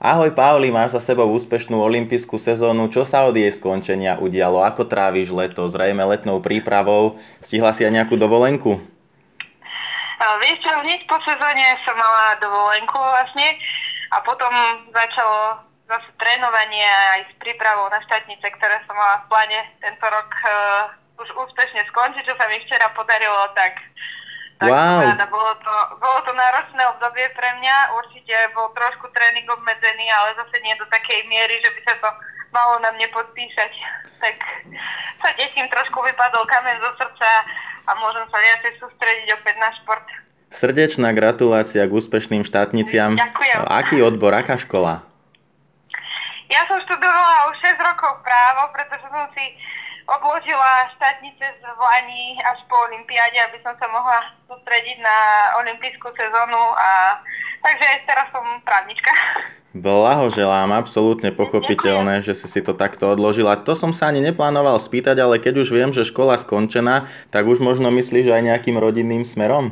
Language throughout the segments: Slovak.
Ahoj Pauli, máš za sebou úspešnú olympijskú sezónu. Čo sa od jej skončenia udialo? Ako tráviš leto? Zrejme letnou prípravou. Stihla si aj nejakú dovolenku? Vieš čo, hneď po sezóne som mala dovolenku vlastne a potom začalo zase trénovanie aj s prípravou na štátnice, ktoré som mala v pláne tento rok už úspešne skončiť, čo sa mi včera podarilo, tak som Wow, rada. Bolo to náročné obdobie pre mňa, určite bol trošku tréning obmedzený, ale zase nie do takej miery, že by sa to malo na mne podpísať. Tak sa teším, trošku vypadol kameň zo srdca a môžem sa viacej sústrediť opäť na šport. srdečná gratulácia k úspešným štátniciam. Ďakujem. Aký odbor, aká škola? Ja som študovala už 6 rokov právo, pretože som si odložila štátnice z Lani až po olympiáde, aby som sa mohla sústrediť na olympijskú sezónu a takže aj teraz som právnička. Blahoželám, absolútne pochopiteľné, že si to takto odložila. To som sa ani neplánoval spýtať, ale keď už viem, že škola skončená, tak už možno myslíš aj nejakým rodinným smerom?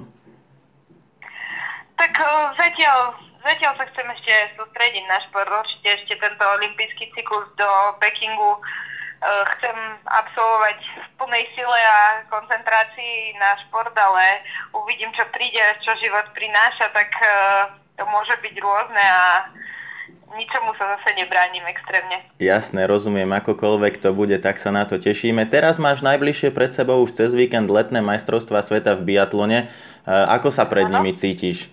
Tak zatiaľ sa chcem ešte sústrediť na šport. Určite ešte tento olympijský cyklus do Pekingu chcem absolvovať v plnej sile a koncentrácii na šport, ale uvidím, čo príde, čo život prináša, tak to môže byť rôzne a ničomu sa zase nebránim extrémne. Jasné, rozumiem, akokoľvek to bude, tak sa na to tešíme. Teraz máš najbližšie pred sebou už cez víkend letné majstrovstvá sveta v biatlone. Ako sa pred nimi cítiš?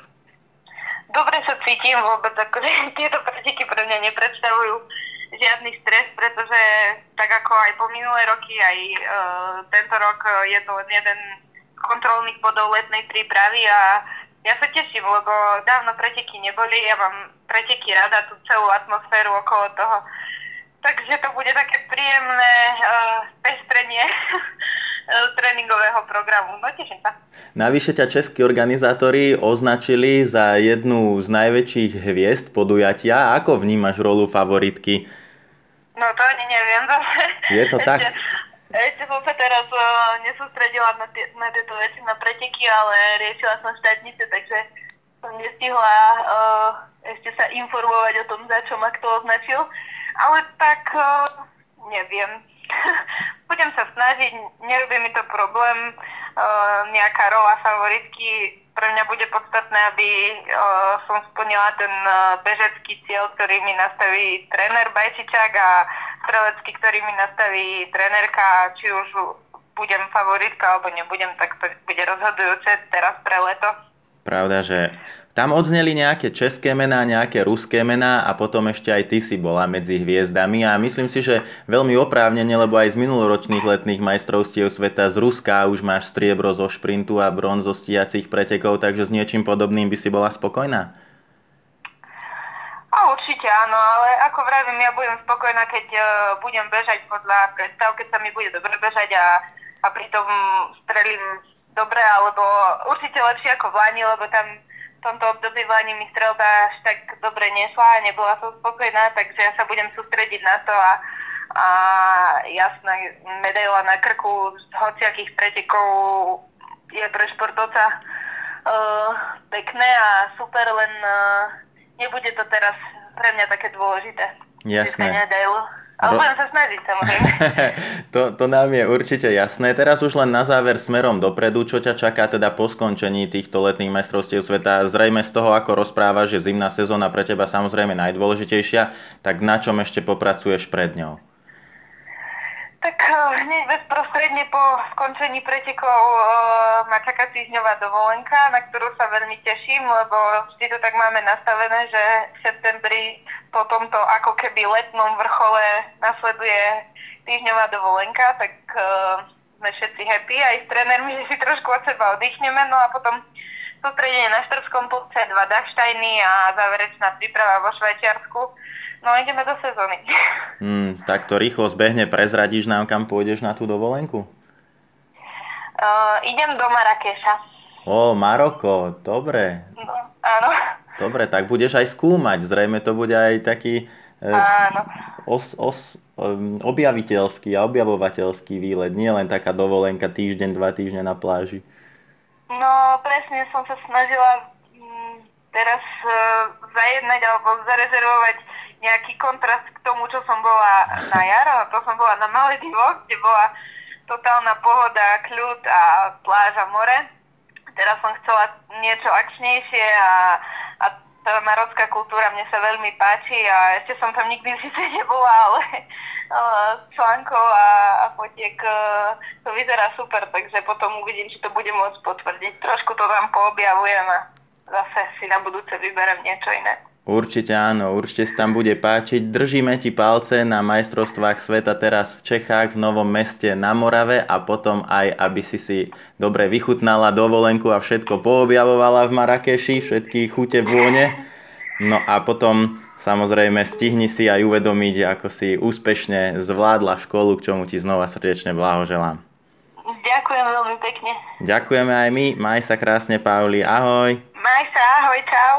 Dobre sa cítim, vôbec akože tieto preteky pre mňa nepredstavujú žiadny stres, pretože tak ako aj po minulé roky, aj tento rok je to len jeden z kontrolných bodov letnej prípravy a ja sa teším, lebo dávno preteky neboli, ja mám preteky rada, tú celú atmosféru okolo toho. Takže to bude také príjemné pestrenie tréningového programu. No teším sa. Navyše ťa českí organizátori označili za jednu z najväčších hviezd podujatia. Ako vnímaš rolu favoritky? No to ani neviem zase. Je to tak? Ešte som sa teraz nesústredila na tieto veci, na preteky, ale riešila som štátnice, takže som nestihla ešte sa informovať o tom, za čo ma kto označil. Ale tak neviem. Budem sa snažiť, nerobí mi to problém. Nejaká rola favoritky. Pre mňa bude podstatné, aby som splnila ten bežecký cieľ, ktorý mi nastaví tréner Bajčičák a strelecký, ktorý mi nastaví trénerka. Či už budem favoritka alebo nebudem, tak to bude rozhodujúce teraz pre leto. Pravda, že tam odzneli nejaké české mená, nejaké ruské mená a potom ešte aj ty si bola medzi hviezdami a myslím si, že veľmi oprávnene, lebo aj z minuloročných letných majstrovstiev sveta z Ruska už máš striebro zo šprintu a bronz zo stíhacích pretekov, takže s niečím podobným by si bola spokojná? A určite áno, ale ako vravím, ja budem spokojná, keď budem bežať podľa predstav, keď sa mi bude dobre bežať a pritom strelím dobre, alebo určite lepšie ako v Lani, lebo tam v tomto období v Lani mi strelba až tak dobre nešla a nebola som spokojná, takže ja sa budem sústrediť na to a jasné, medaila na krku z hociakých pretekov je pre športovca pekné a super, len nebude to teraz pre mňa také dôležité. Jasné. Ale budem sa snažiť, samozrejme. To nám je určite jasné. Teraz už len na záver smerom dopredu, čo ťa čaká teda po skončení týchto letných majstrovstiev sveta. Zrejme z toho, ako rozprávaš, že zimná sezóna pre teba samozrejme najdôležitejšia, tak na čom ešte popracuješ pred ňou? Tak hneď bezprostredne po skončení pretekov ma čaká týždňová dovolenka, na ktorú sa veľmi teším, lebo vždy to tak máme nastavené, že v septembri po tomto ako keby letnom vrchole nasleduje týždňová dovolenka, tak sme všetci happy aj s trénermi, že si trošku od seba oddychneme, no a potom sústredenie na Štrbskom púce, 2 Dachsteiny a záverečná príprava vo Švajčiarsku. No ideme do sezóny. Tak to rýchlo zbehne, prezradíš nám, kam pôjdeš na tú dovolenku? Idem do Marrakeša. Maroko, dobre. No, áno. Dobre, tak budeš aj skúmať, zrejme to bude aj taký Áno. objaviteľský a objavovateľský výlet, nie len taká dovolenka týždeň, 2 týždne na pláži. No presne som sa snažila teraz zajednať alebo zarezervovať nejaký kontrast k tomu, čo som bola na jar, a to som bola na Maledivoch, kde bola totálna pohoda, kľud a pláž a more. Teraz som chcela niečo akčnejšie a tá marodská kultúra mne sa veľmi páči a ešte som tam nikdy síce nebola, ale článkov a fotiek to vyzerá super, takže potom uvidím, či to bude môcť potvrdiť. Trošku to tam poobjavujem a zase si na budúce vyberem niečo iné. Určite áno, určite si tam bude páčiť. Držíme ti palce na majstrovstvách sveta teraz v Čechách, v Novom Meste na Morave a potom aj, aby si dobre vychutnala dovolenku a všetko poobjavovala v Marrakeši, všetky chute, vône. No a potom samozrejme stihni si aj uvedomiť, ako si úspešne zvládla školu, k čomu ti znova srdečne blahoželám. Ďakujem veľmi pekne. Ďakujeme aj my, maj sa krásne, Pauli, ahoj. Maj sa, ahoj, čau.